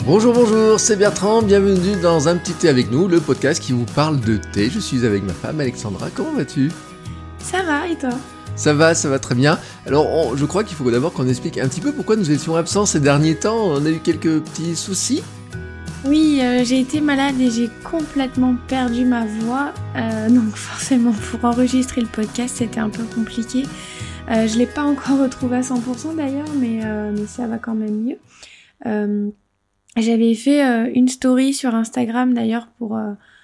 Bonjour, bonjour, c'est Bertrand, bienvenue dans Un petit thé avec nous, le podcast qui vous parle de thé. Je suis avec ma femme Alexandra, comment vas-tu ? Ça va, et toi ? Ça va très bien. Alors, je crois qu'il faut d'abord qu'on explique un petit peu pourquoi nous étions absents ces derniers temps. On a eu quelques petits soucis. Oui, j'ai été malade et j'ai complètement perdu ma voix. Donc forcément, pour enregistrer le podcast, c'était un peu compliqué. Je l'ai pas encore retrouvée à 100% d'ailleurs, mais ça va quand même mieux. J'avais fait une story sur Instagram d'ailleurs pour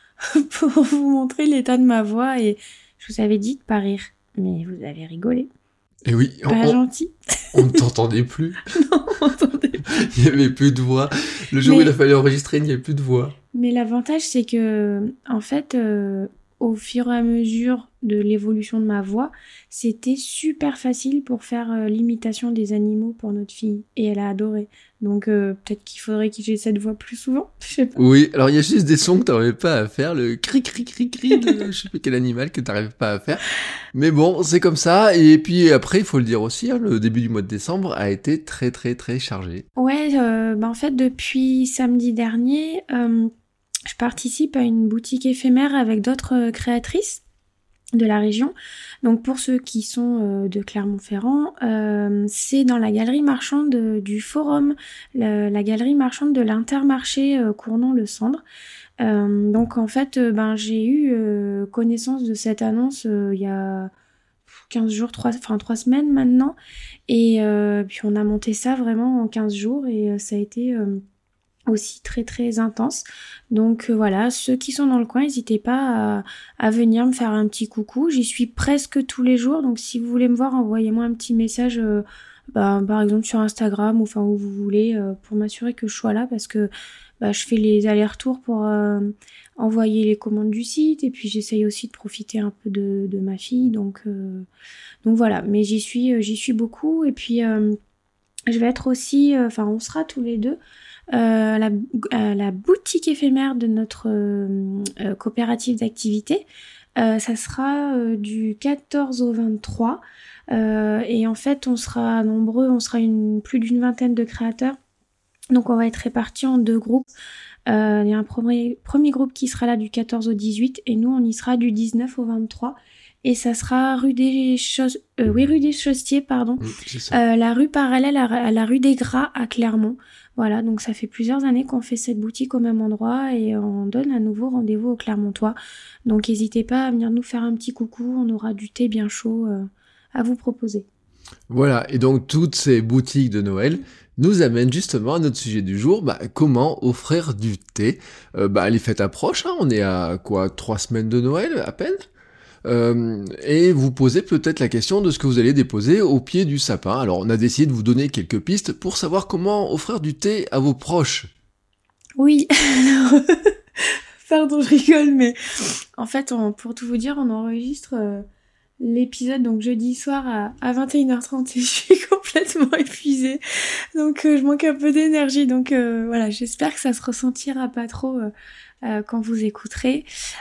vous montrer l'état de ma voix et je vous avais dit de pas rire, mais vous avez rigolé. Et oui, Pas gentil. On ne t'entendait plus. Non, on n'entendait plus. Il n'y avait plus de voix. Le jour où il a fallu enregistrer, il n'y avait plus de voix. Mais l'avantage, c'est que, en fait, au fur et à mesure de l'évolution de ma voix, c'était super facile pour faire l'imitation des animaux pour notre fille. Et elle a adoré. Donc peut-être qu'il faudrait que j'ai cette voix plus souvent. Je sais pas. Oui, alors il y a juste des sons que tu n'arrives pas à faire, le cri de je sais pas quel animal que tu n'arrives pas à faire. Mais bon, c'est comme ça. Et puis après, il faut le dire aussi, hein, le début du mois de décembre a été très très très chargé. Ouais, en fait, depuis samedi dernier, je participe à une boutique éphémère avec d'autres créatrices de la région. Donc pour ceux qui sont de Clermont-Ferrand, c'est dans la galerie marchande du Forum, la galerie marchande de l'Intermarché Cournon-le-Cendre. Donc en fait, j'ai eu connaissance de cette annonce il y a 15 jours, 3 semaines maintenant. Et puis on a monté ça vraiment en 15 jours et ça a été aussi très très intense. Donc voilà, ceux qui sont dans le coin, n'hésitez pas à venir me faire un petit coucou. J'y suis presque tous les jours, donc si vous voulez me voir, envoyez-moi un petit message, par exemple sur Instagram ou enfin où vous voulez, pour m'assurer que je sois là, parce que je fais les allers-retours pour envoyer les commandes du site, et puis j'essaye aussi de profiter un peu de ma fille, donc voilà. Mais j'y suis beaucoup, et puis je vais être aussi, on sera tous les deux la boutique éphémère de notre coopérative d'activité. Ça sera du 14 au 23 et en fait on sera nombreux, on sera plus d'une vingtaine de créateurs, donc on va être répartis en deux groupes. Il y a un premier groupe qui sera là du 14 au 18 et nous on y sera du 19 au 23 et ça sera rue des Chaussetiers, pardon. C'est ça. La rue parallèle à la rue des Gras à Clermont. Voilà, donc ça fait plusieurs années qu'on fait cette boutique au même endroit et on donne à nouveau rendez-vous au Clermontois. Donc n'hésitez pas à venir nous faire un petit coucou, on aura du thé bien chaud à vous proposer. Voilà, et donc toutes ces boutiques de Noël nous amènent justement à notre sujet du jour, comment offrir du thé. Les fêtes approchent, hein, on est à 3 semaines de Noël à peine. Et vous posez peut-être la question de ce que vous allez déposer au pied du sapin. Alors on a décidé de vous donner quelques pistes pour savoir comment offrir du thé à vos proches. Oui, alors, pardon, je rigole, mais en fait, pour tout vous dire, on enregistre l'épisode donc jeudi soir à 21h30 et je suis complètement épuisée. Donc je manque un peu d'énergie. Donc voilà, j'espère que ça se ressentira pas trop quand vous écouterez.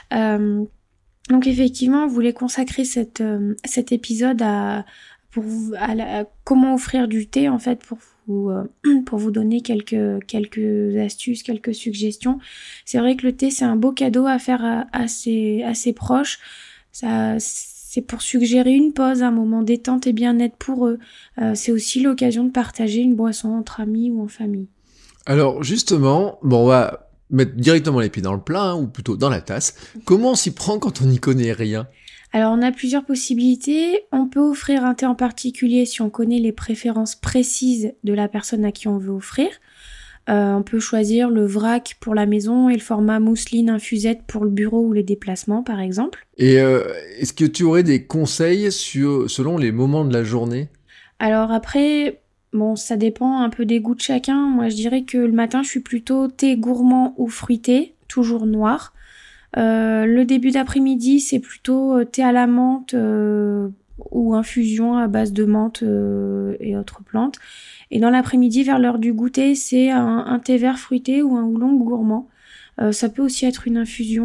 Donc effectivement, on voulait consacrer cet épisode à comment offrir du thé en fait pour vous donner quelques astuces, quelques suggestions. C'est vrai que le thé c'est un beau cadeau à faire à ses proches. C'est pour suggérer une pause, un moment détente et bien-être pour eux. C'est aussi l'occasion de partager une boisson entre amis ou en famille. Alors justement, on va mettre directement les pieds dans le plat, hein, ou plutôt dans la tasse. Comment on s'y prend quand on n'y connaît rien ? Alors on a plusieurs possibilités. On peut offrir un thé en particulier si on connaît les préférences précises de la personne à qui on veut offrir. On peut choisir le vrac pour la maison et le format mousseline infusette pour le bureau ou les déplacements par exemple. Et est-ce que tu aurais des conseils selon les moments de la journée ? Alors après, ça dépend un peu des goûts de chacun. Moi je dirais que le matin je suis plutôt thé gourmand ou fruité, toujours noir. Le début d'après-midi c'est plutôt thé à la menthe ou infusion à base de menthe et autres plantes. Et dans l'après-midi, vers l'heure du goûter, c'est un thé vert fruité ou un oolong gourmand. Ça peut aussi être une infusion.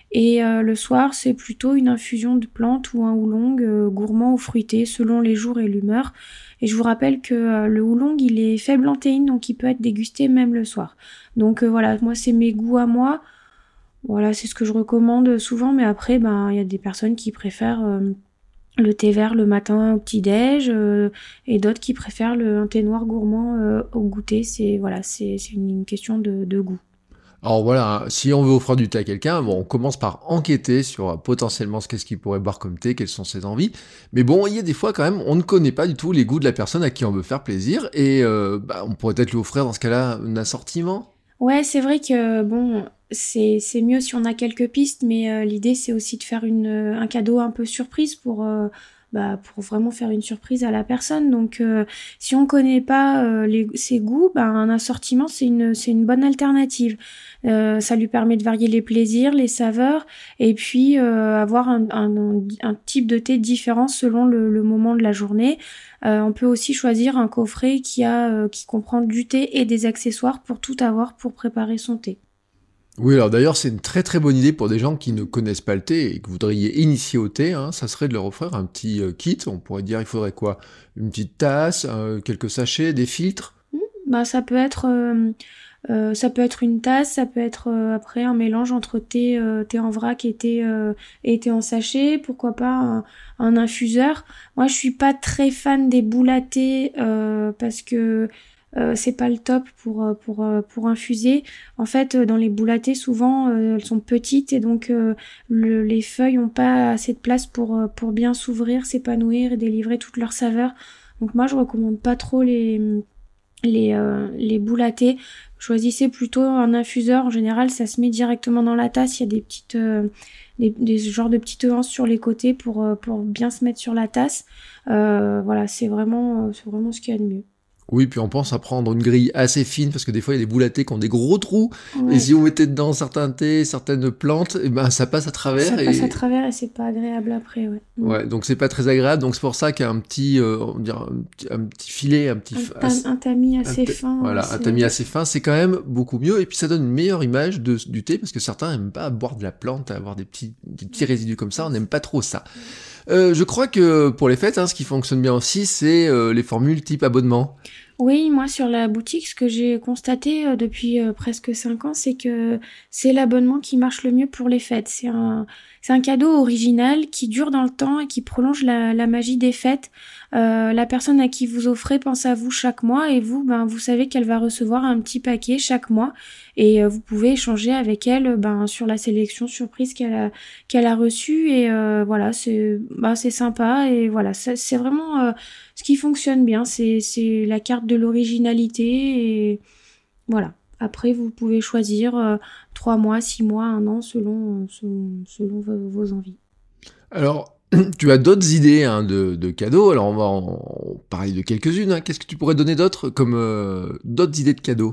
Et le soir, c'est plutôt une infusion de plantes ou un oolong gourmand ou fruité selon les jours et l'humeur. Et je vous rappelle que le oolong, il est faible en théine, donc il peut être dégusté même le soir. Donc voilà, moi c'est mes goûts à moi. Voilà, c'est ce que je recommande souvent, mais après, il y a des personnes qui préfèrent le thé vert le matin au petit-déj, et d'autres qui préfèrent un thé noir gourmand au goûter. C'est une question de goût. Alors voilà, si on veut offrir du thé à quelqu'un, bon, on commence par enquêter sur potentiellement qu'est-ce qu'il pourrait boire comme thé, quelles sont ses envies. Mais bon, il y a des fois quand même, on ne connaît pas du tout les goûts de la personne à qui on veut faire plaisir, et on pourrait peut-être lui offrir dans ce cas-là un assortiment. Ouais, c'est vrai que bon, c'est mieux si on a quelques pistes, mais l'idée c'est aussi de faire un cadeau un peu surprise pour vraiment faire une surprise à la personne. Donc si on connaît pas ses goûts, un assortiment c'est une bonne alternative. Ça lui permet de varier les plaisirs, les saveurs, et puis avoir un type de thé différent selon le moment de la journée. On peut aussi choisir un coffret qui comprend du thé et des accessoires pour tout avoir pour préparer son thé. Oui, alors d'ailleurs, c'est une très très bonne idée pour des gens qui ne connaissent pas le thé et que vous voudriez initier au thé, hein, ça serait de leur offrir un petit kit. On pourrait dire, il faudrait quoi? Une petite tasse, quelques sachets, des filtres. Ça peut être une tasse, ça peut être après un mélange entre thé en vrac et thé en sachet, pourquoi pas un infuseur. Moi, je suis pas très fan des boules à thé parce que c'est pas le top pour infuser. En fait, dans les boules à thé, souvent, elles sont petites et donc les feuilles ont pas assez de place pour bien s'ouvrir, s'épanouir et délivrer toute leur saveur. Donc moi, je recommande pas trop les boules à thé. Choisissez plutôt un infuseur. En général, ça se met directement dans la tasse. Il y a des petites des genres de petites anses sur les côtés pour bien se mettre sur la tasse. Voilà, c'est vraiment ce qu'il y a de mieux. Oui, puis on pense à prendre une grille assez fine, parce que des fois, il y a des boules à thé qui ont des gros trous, Ouais. et si vous mettez dedans certains thés, certaines plantes, et ben ça passe à travers. Ça passe à travers et c'est pas agréable après, ouais. Ouais, donc c'est pas très agréable, donc c'est pour ça qu'il y a un petit, on va dire, un petit filet, Un tamis assez fin. Voilà, un tamis assez fin, c'est quand même beaucoup mieux, et puis ça donne une meilleure image du thé, parce que certains n'aiment pas boire de la plante, avoir des petits résidus comme ça, on n'aime pas trop ça. Je crois que pour les fêtes, hein, ce qui fonctionne bien aussi, c'est les formules type abonnement. Oui, moi sur la boutique, ce que j'ai constaté depuis presque 5 ans, c'est que c'est l'abonnement qui marche le mieux pour les fêtes. C'est un cadeau original qui dure dans le temps et qui prolonge la magie des fêtes. La personne à qui vous offrez pense à vous chaque mois et vous, vous savez qu'elle va recevoir un petit paquet chaque mois et vous pouvez échanger avec elle sur la sélection surprise qu'elle a reçue et voilà, c'est sympa et voilà, c'est vraiment ce qui fonctionne bien, c'est la carte de l'originalité et voilà. Après, vous pouvez choisir 3 mois, 6 mois, 1 an selon vos envies. Alors, tu as d'autres idées hein, de cadeaux, alors on va en parler de quelques-unes. Hein. Qu'est-ce que tu pourrais donner d'autres comme d'autres idées de cadeaux?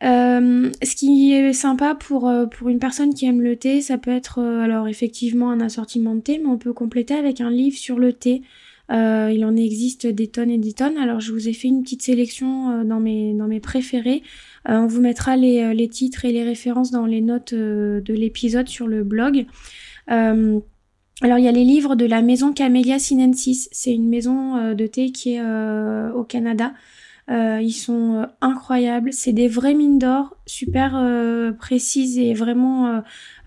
Ce qui est sympa pour une personne qui aime le thé, ça peut être alors effectivement un assortiment de thé, mais on peut compléter avec un livre sur le thé. Il en existe des tonnes et des tonnes. Alors je vous ai fait une petite sélection dans mes préférés. On vous mettra les titres et les références dans les notes de l'épisode sur le blog. Alors il y a les livres de la maison Camellia Sinensis. C'est une maison de thé qui est au Canada. Ils sont incroyables. C'est des vraies mines d'or, super précises et vraiment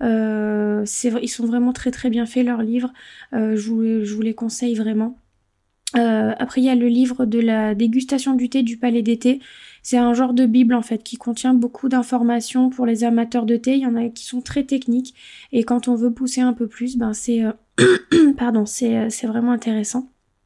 ils sont vraiment très très bien faits leurs livres. Je vous les conseille vraiment. Après il y a le livre de la dégustation du thé du Palais d'été. C'est un genre de bible en fait qui contient beaucoup d'informations pour les amateurs de thé. Il y en a qui sont très techniques et quand on veut pousser un peu plus, c'est c'est vraiment intéressant.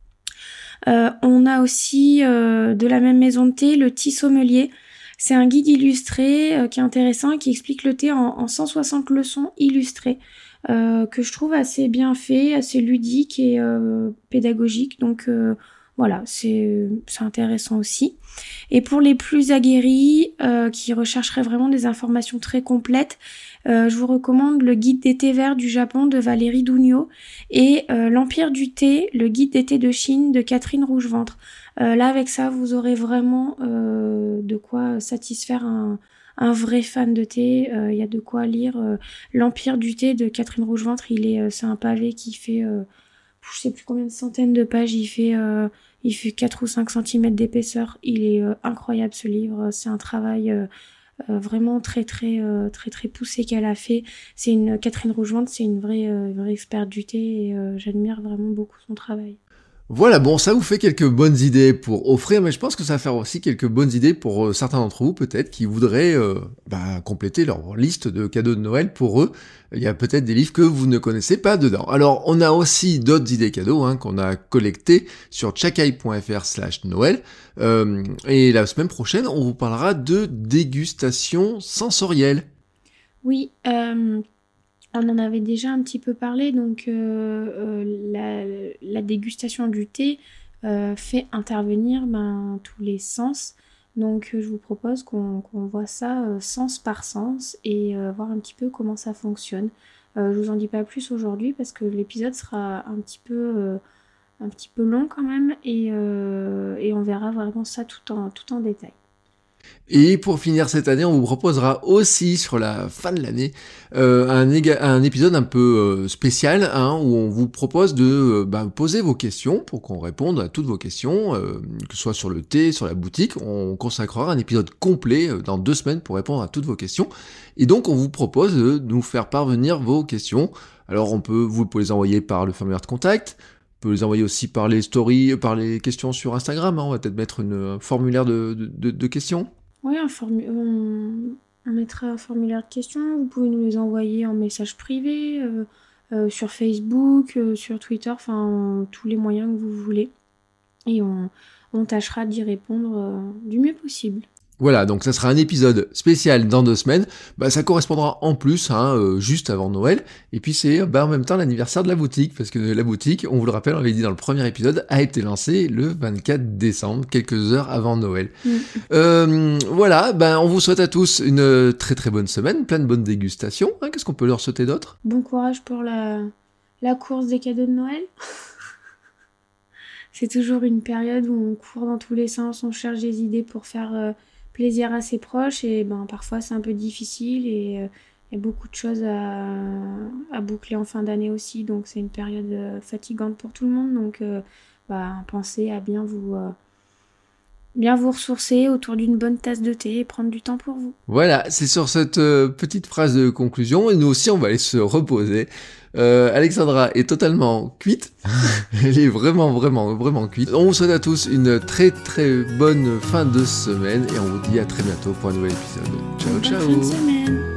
On a aussi de la même maison de thé le Thé Sommelier. C'est un guide illustré qui est intéressant et qui explique le thé en 160 leçons illustrées que je trouve assez bien fait, assez ludique et pédagogique. Donc voilà, c'est intéressant aussi. Et pour les plus aguerris qui rechercheraient vraiment des informations très complètes, je vous recommande le guide des thés verts du Japon de Valérie Dougnaud et l'Empire du thé, le guide des thés de Chine de Catherine Rougeventre. Là, avec ça, vous aurez vraiment de quoi satisfaire un vrai fan de thé. Il y a de quoi lire. L'Empire du thé de Catherine Rougeventre, c'est un pavé qui fait, je sais plus combien de centaines de pages. Il fait 4 ou 5 centimètres d'épaisseur. Il est incroyable ce livre. C'est un travail vraiment très poussé qu'elle a fait. Catherine Rougeventre, c'est une vraie experte du thé et j'admire vraiment beaucoup son travail. Voilà, bon, ça vous fait quelques bonnes idées pour offrir, mais je pense que ça va faire aussi quelques bonnes idées pour certains d'entre vous, peut-être, qui voudraient compléter leur liste de cadeaux de Noël pour eux. Il y a peut-être des livres que vous ne connaissez pas dedans. Alors, on a aussi d'autres idées cadeaux qu'on a collectées sur chakai.fr/Noël. Et la semaine prochaine, on vous parlera de dégustation sensorielle. Oui, on en avait déjà un petit peu parlé, donc la dégustation du thé fait intervenir tous les sens. Donc je vous propose qu'on voit ça sens par sens et voir un petit peu comment ça fonctionne. Je vous en dis pas plus aujourd'hui parce que l'épisode sera un petit peu long quand même et on verra vraiment ça tout en détail. Et pour finir cette année, on vous proposera aussi sur la fin de l'année un épisode un peu spécial où on vous propose de poser vos questions pour qu'on réponde à toutes vos questions, que ce soit sur le thé, sur la boutique. On consacrera un épisode complet dans 2 semaines pour répondre à toutes vos questions. Et donc on vous propose de nous faire parvenir vos questions. Alors vous pouvez les envoyer par le formulaire de contact. On peut les envoyer aussi par les stories, par les questions sur Instagram. On va peut-être mettre un formulaire de questions. Oui, on mettra un formulaire de questions. Vous pouvez nous les envoyer en message privé, sur Facebook, sur Twitter, enfin tous les moyens que vous voulez. Et on tâchera d'y répondre du mieux possible. Voilà, donc ça sera un épisode spécial dans 2 semaines. Ça correspondra en plus, juste avant Noël. Et puis c'est en même temps l'anniversaire de la boutique, parce que la boutique, on vous le rappelle, on l'avait dit dans le premier épisode, a été lancée le 24 décembre, quelques heures avant Noël. Voilà, on vous souhaite à tous une très très bonne semaine, plein de bonnes dégustations. Qu'est-ce qu'on peut leur souhaiter d'autre ? Bon courage pour la course des cadeaux de Noël. C'est toujours une période où on court dans tous les sens, on cherche des idées pour faire plaisir à ses proches et parfois c'est un peu difficile et il y a beaucoup de choses à boucler en fin d'année aussi, donc c'est une période fatigante pour tout le monde, donc pensez à bien vous ressourcer autour d'une bonne tasse de thé et prendre du temps pour vous. Voilà, c'est sur cette petite phrase de conclusion, et nous aussi on va aller se reposer. Alexandra est totalement cuite, elle est vraiment cuite. On vous souhaite à tous une très très bonne fin de semaine et on vous dit à très bientôt pour un nouvel épisode. Ciao ciao. Bonne fin de semaine.